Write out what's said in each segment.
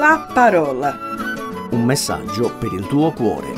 La parola. Un messaggio per il tuo cuore.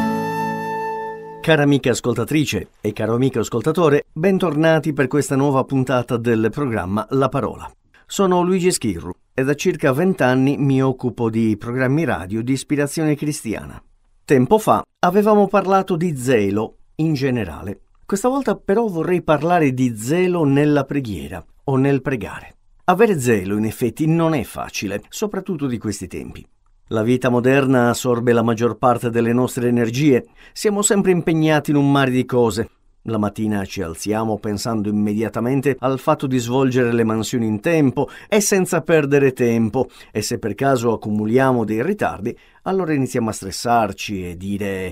Cara amica ascoltatrice e caro amico ascoltatore, bentornati per questa nuova puntata del programma La Parola. Sono Luigi Schirru e da circa 20 anni mi occupo di programmi radio di ispirazione cristiana. Tempo fa avevamo parlato di zelo in generale. Questa volta però vorrei parlare di zelo nella preghiera o nel pregare. Avere zelo in effetti non è facile, soprattutto di questi tempi. La vita moderna assorbe la maggior parte delle nostre energie. Siamo sempre impegnati in un mare di cose. La mattina ci alziamo pensando immediatamente al fatto di svolgere le mansioni in tempo e senza perdere tempo, e se per caso accumuliamo dei ritardi, allora iniziamo a stressarci e dire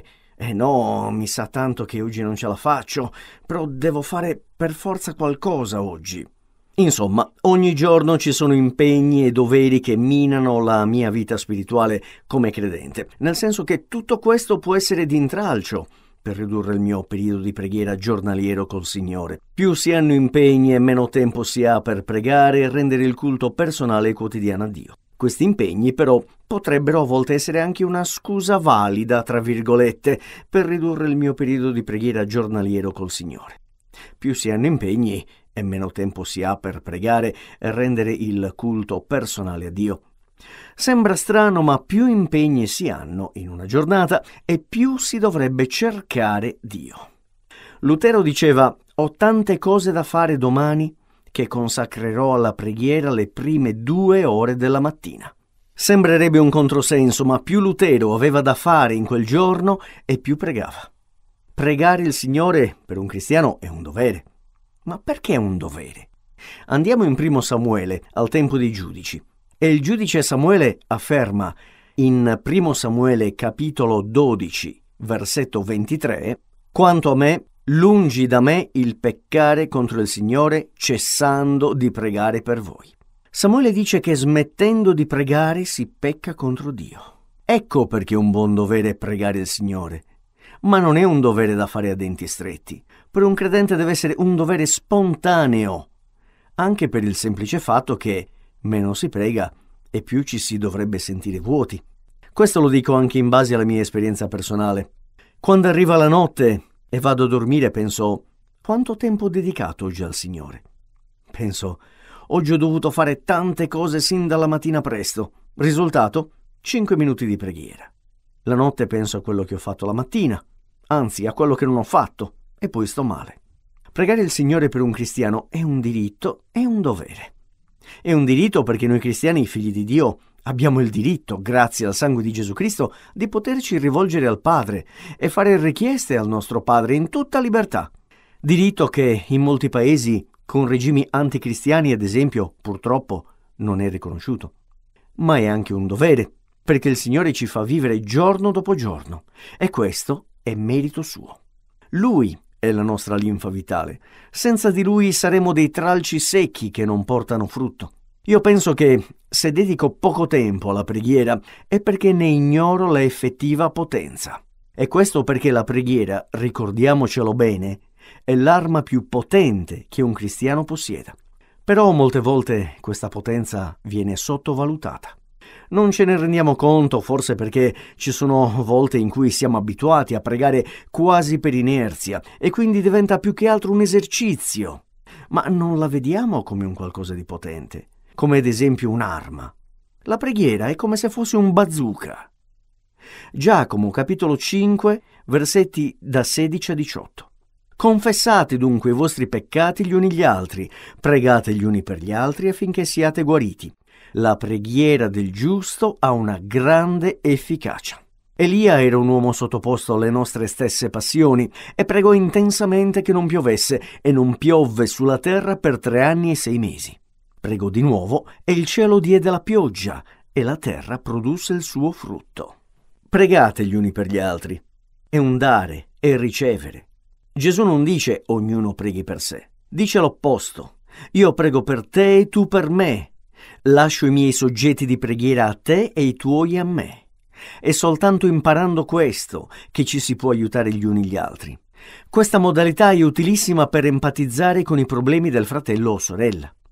no, mi sa tanto che oggi non ce la faccio, però devo fare per forza qualcosa oggi. Insomma, ogni giorno ci sono impegni e doveri che minano la mia vita spirituale come credente, nel senso che tutto questo può essere d'intralcio per ridurre il mio periodo di preghiera giornaliero col Signore. Più si hanno impegni e meno tempo si ha per pregare e rendere il culto personale e quotidiano a Dio. Questi impegni però potrebbero a volte essere anche una scusa valida, tra virgolette, per ridurre il mio periodo di preghiera giornaliero col Signore. Più si hanno impegni e meno tempo si ha per pregare e rendere il culto personale a Dio. Sembra strano, ma più impegni si hanno in una giornata e più si dovrebbe cercare Dio. Lutero diceva: «Ho tante cose da fare domani che consacrerò alla preghiera le prime 2 ore della mattina». Sembrerebbe un controsenso, ma più Lutero aveva da fare in quel giorno e più pregava. Pregare il Signore per un cristiano è un dovere. Ma perché è un dovere? Andiamo in 1 Samuele, al tempo dei giudici. E il giudice Samuele afferma in 1 Samuele capitolo 12, versetto 23: «Quanto a me, lungi da me il peccare contro il Signore, cessando di pregare per voi». Samuele dice che smettendo di pregare si pecca contro Dio. Ecco perché è un buon dovere pregare il Signore. Ma non è un dovere da fare a denti stretti. Per un credente deve essere un dovere spontaneo, anche per il semplice fatto che meno si prega e più ci si dovrebbe sentire vuoti. Questo lo dico anche in base alla mia esperienza personale. Quando arriva la notte e vado a dormire penso: quanto tempo ho dedicato oggi al Signore? Penso: oggi ho dovuto fare tante cose sin dalla mattina presto. Risultato? 5 minuti di preghiera. La notte penso a quello che ho fatto la mattina, anzi a quello che non ho fatto, e poi sto male. Pregare il Signore per un cristiano è un diritto e un dovere. È un diritto perché noi cristiani, figli di Dio, abbiamo il diritto, grazie al sangue di Gesù Cristo, di poterci rivolgere al Padre e fare richieste al nostro Padre in tutta libertà. Diritto che in molti paesi, con regimi anticristiani ad esempio, purtroppo non è riconosciuto. Ma è anche un dovere, perché il Signore ci fa vivere giorno dopo giorno, e questo è merito suo. Lui è la nostra linfa vitale. Senza di Lui saremo dei tralci secchi che non portano frutto. Io penso che se dedico poco tempo alla preghiera è perché ne ignoro la effettiva potenza. E questo perché la preghiera, ricordiamocelo bene, è l'arma più potente che un cristiano possieda. Però molte volte questa potenza viene sottovalutata. Non ce ne rendiamo conto, forse perché ci sono volte in cui siamo abituati a pregare quasi per inerzia e quindi diventa più che altro un esercizio. Ma non la vediamo come un qualcosa di potente, come ad esempio un'arma. La preghiera è come se fosse un bazooka. Giacomo, capitolo 5, versetti da 16 a 18. «Confessate dunque i vostri peccati gli uni gli altri, pregate gli uni per gli altri affinché siate guariti. La preghiera del giusto ha una grande efficacia». Elia era un uomo sottoposto alle nostre stesse passioni e pregò intensamente che non piovesse, e non piovve sulla terra per 3 anni e 6 mesi. Pregò di nuovo e il cielo diede la pioggia e la terra produsse il suo frutto. Pregate gli uni per gli altri. È un dare e ricevere. Gesù non dice ognuno preghi per sé, dice l'opposto. Io prego per te e tu per me. Lascio i miei soggetti di preghiera a te e i tuoi a me. È soltanto imparando questo che ci si può aiutare gli uni gli altri. Questa modalità è utilissima per empatizzare con i problemi del fratello o sorella.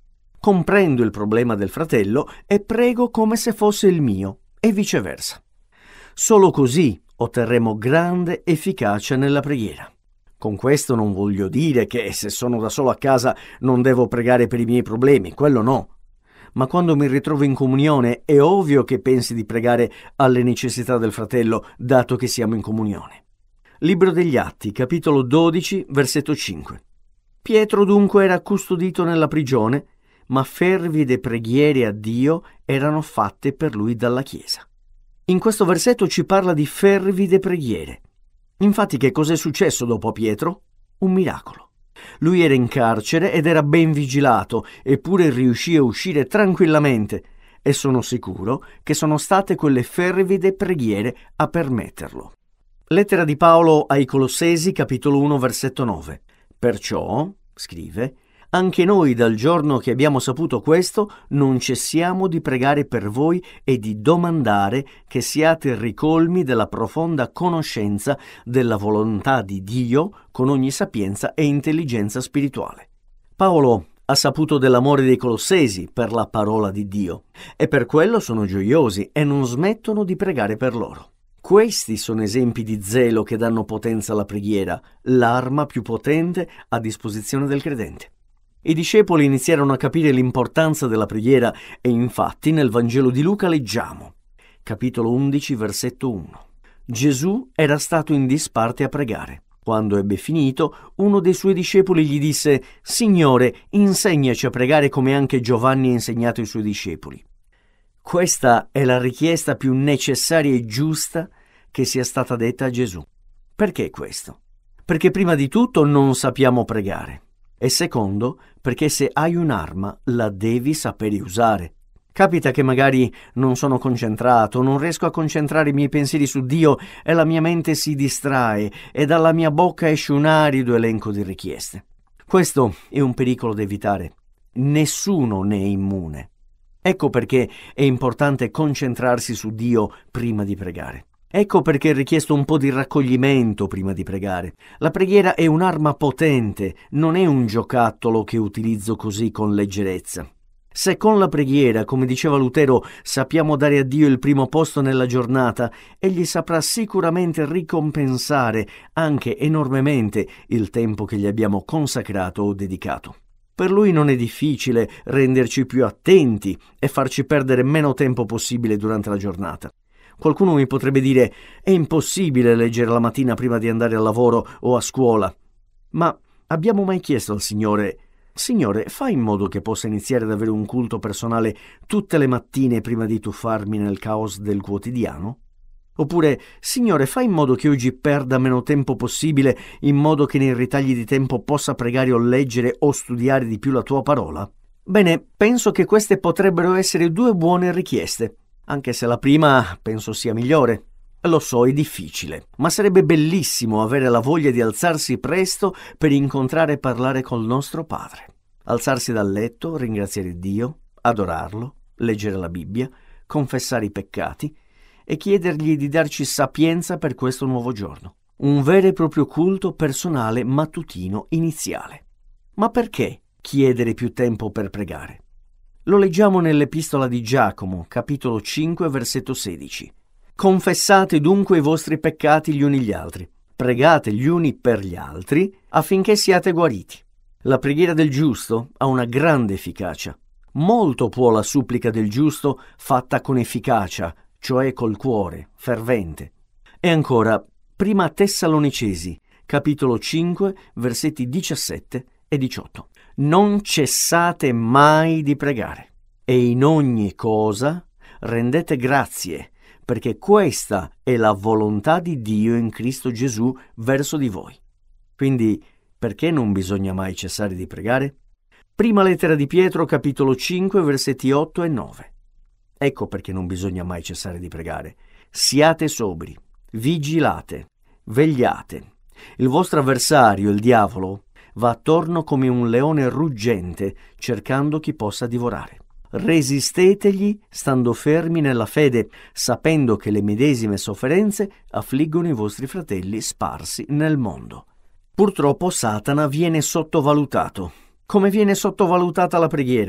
comprendo il problema del fratello e prego come se fosse il mio, e viceversa. Solo così otterremo grande efficacia nella preghiera. Con questo non voglio dire che se sono da solo a casa non devo pregare per i miei problemi, quello no. Ma quando mi ritrovo in comunione è ovvio che pensi di pregare alle necessità del fratello, dato che siamo in comunione. Libro degli Atti, capitolo 12, versetto 5. Pietro dunque era custodito nella prigione, ma fervide preghiere a Dio erano fatte per lui dalla Chiesa. In questo versetto ci parla di fervide preghiere. Infatti che cos'è successo dopo a Pietro? Un miracolo. Lui era in carcere ed era ben vigilato, eppure riuscì a uscire tranquillamente, e sono sicuro che sono state quelle fervide preghiere a permetterlo. Lettera di Paolo ai Colossesi, capitolo 1, versetto 9. Perciò, scrive, anche noi dal giorno che abbiamo saputo questo non cessiamo di pregare per voi e di domandare che siate ricolmi della profonda conoscenza della volontà di Dio con ogni sapienza e intelligenza spirituale. Paolo ha saputo dell'amore dei Colossesi per la parola di Dio e per quello sono gioiosi e non smettono di pregare per loro. Questi sono esempi di zelo che danno potenza alla preghiera, l'arma più potente a disposizione del credente. I discepoli iniziarono a capire l'importanza della preghiera e infatti nel Vangelo di Luca leggiamo, capitolo 11, versetto 1. Gesù era stato in disparte a pregare. Quando ebbe finito, uno dei suoi discepoli gli disse: «Signore, insegnaci a pregare come anche Giovanni ha insegnato ai suoi discepoli». Questa è la richiesta più necessaria e giusta che sia stata detta a Gesù. Perché questo? Perché prima di tutto non sappiamo pregare. E secondo, perché se hai un'arma la devi sapere usare. Capita che magari non sono concentrato, non riesco a concentrare i miei pensieri su Dio e la mia mente si distrae e dalla mia bocca esce un arido elenco di richieste. Questo è un pericolo da evitare. Nessuno ne è immune. Ecco perché è importante concentrarsi su Dio prima di pregare. Ecco perché è richiesto un po' di raccoglimento prima di pregare. La preghiera è un'arma potente, non è un giocattolo che utilizzo così con leggerezza. Se con la preghiera, come diceva Lutero, sappiamo dare a Dio il primo posto nella giornata, egli saprà sicuramente ricompensare anche enormemente il tempo che gli abbiamo consacrato o dedicato. Per lui non è difficile renderci più attenti e farci perdere meno tempo possibile durante la giornata. Qualcuno mi potrebbe dire: è impossibile leggere la mattina prima di andare al lavoro o a scuola. Ma abbiamo mai chiesto al Signore: Signore, fai in modo che possa iniziare ad avere un culto personale tutte le mattine prima di tuffarmi nel caos del quotidiano? Oppure: Signore, fai in modo che oggi perda meno tempo possibile, in modo che nei ritagli di tempo possa pregare o leggere o studiare di più la tua parola? Bene, penso che queste potrebbero essere due buone richieste. Anche se la prima penso sia migliore. Lo so, è difficile, ma sarebbe bellissimo avere la voglia di alzarsi presto per incontrare e parlare col nostro Padre. Alzarsi dal letto, ringraziare Dio, adorarlo, leggere la Bibbia, confessare i peccati e chiedergli di darci sapienza per questo nuovo giorno. Un vero e proprio culto personale mattutino iniziale. Ma perché chiedere più tempo per pregare? Lo leggiamo nell'Epistola di Giacomo, capitolo 5, versetto 16. Confessate dunque i vostri peccati gli uni gli altri, pregate gli uni per gli altri affinché siate guariti. La preghiera del giusto ha una grande efficacia. Molto può la supplica del giusto fatta con efficacia, cioè col cuore, fervente. E ancora, prima Tessalonicesi, capitolo 5, versetti 17 e 18. Non cessate mai di pregare e in ogni cosa rendete grazie, perché questa è la volontà di Dio in Cristo Gesù verso di voi. Quindi, perché non bisogna mai cessare di pregare? Prima lettera di Pietro, capitolo 5, versetti 8 e 9. Ecco perché non bisogna mai cessare di pregare. Siate sobri, vigilate, vegliate. Il vostro avversario, il diavolo, va attorno come un leone ruggente, cercando chi possa divorare. Resistetegli stando fermi nella fede, sapendo che le medesime sofferenze affliggono i vostri fratelli sparsi nel mondo. Purtroppo Satana viene sottovalutato. Come viene sottovalutata la preghiera?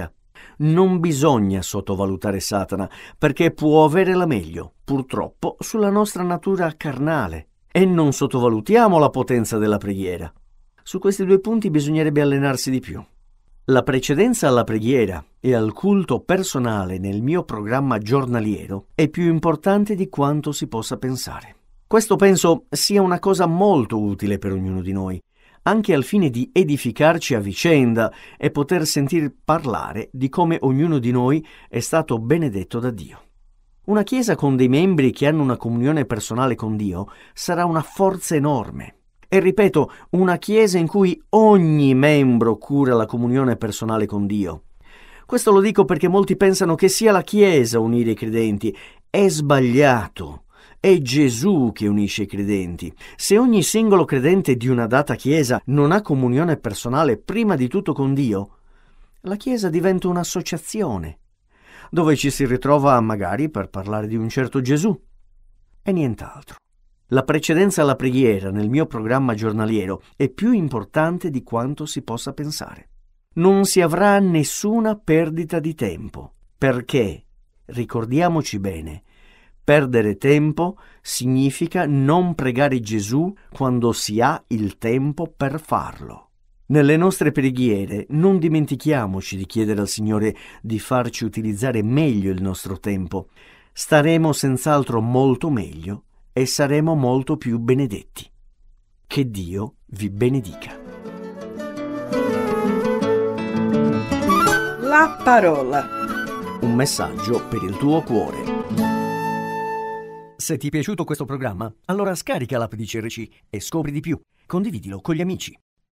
Non bisogna sottovalutare Satana, perché può avere la meglio, purtroppo, sulla nostra natura carnale. E non sottovalutiamo la potenza della preghiera. Su questi due punti bisognerebbe allenarsi di più. La precedenza alla preghiera e al culto personale nel mio programma giornaliero è più importante di quanto si possa pensare. Questo penso sia una cosa molto utile per ognuno di noi, anche al fine di edificarci a vicenda e poter sentir parlare di come ognuno di noi è stato benedetto da Dio. Una chiesa con dei membri che hanno una comunione personale con Dio sarà una forza enorme. E ripeto, una chiesa in cui ogni membro cura la comunione personale con Dio. Questo lo dico perché molti pensano che sia la chiesa a unire i credenti. È sbagliato. È Gesù che unisce i credenti. Se ogni singolo credente di una data chiesa non ha comunione personale prima di tutto con Dio, la chiesa diventa un'associazione, dove ci si ritrova magari per parlare di un certo Gesù e nient'altro. La precedenza alla preghiera nel mio programma giornaliero è più importante di quanto si possa pensare. Non si avrà nessuna perdita di tempo, perché, ricordiamoci bene, perdere tempo significa non pregare Gesù quando si ha il tempo per farlo. Nelle nostre preghiere non dimentichiamoci di chiedere al Signore di farci utilizzare meglio il nostro tempo. Staremo senz'altro molto meglio e saremo molto più benedetti. Che Dio vi benedica. La parola. Un messaggio per il tuo cuore. Se ti è piaciuto questo programma, allora scarica l'app di CRC e scopri di più. Condividilo con gli amici.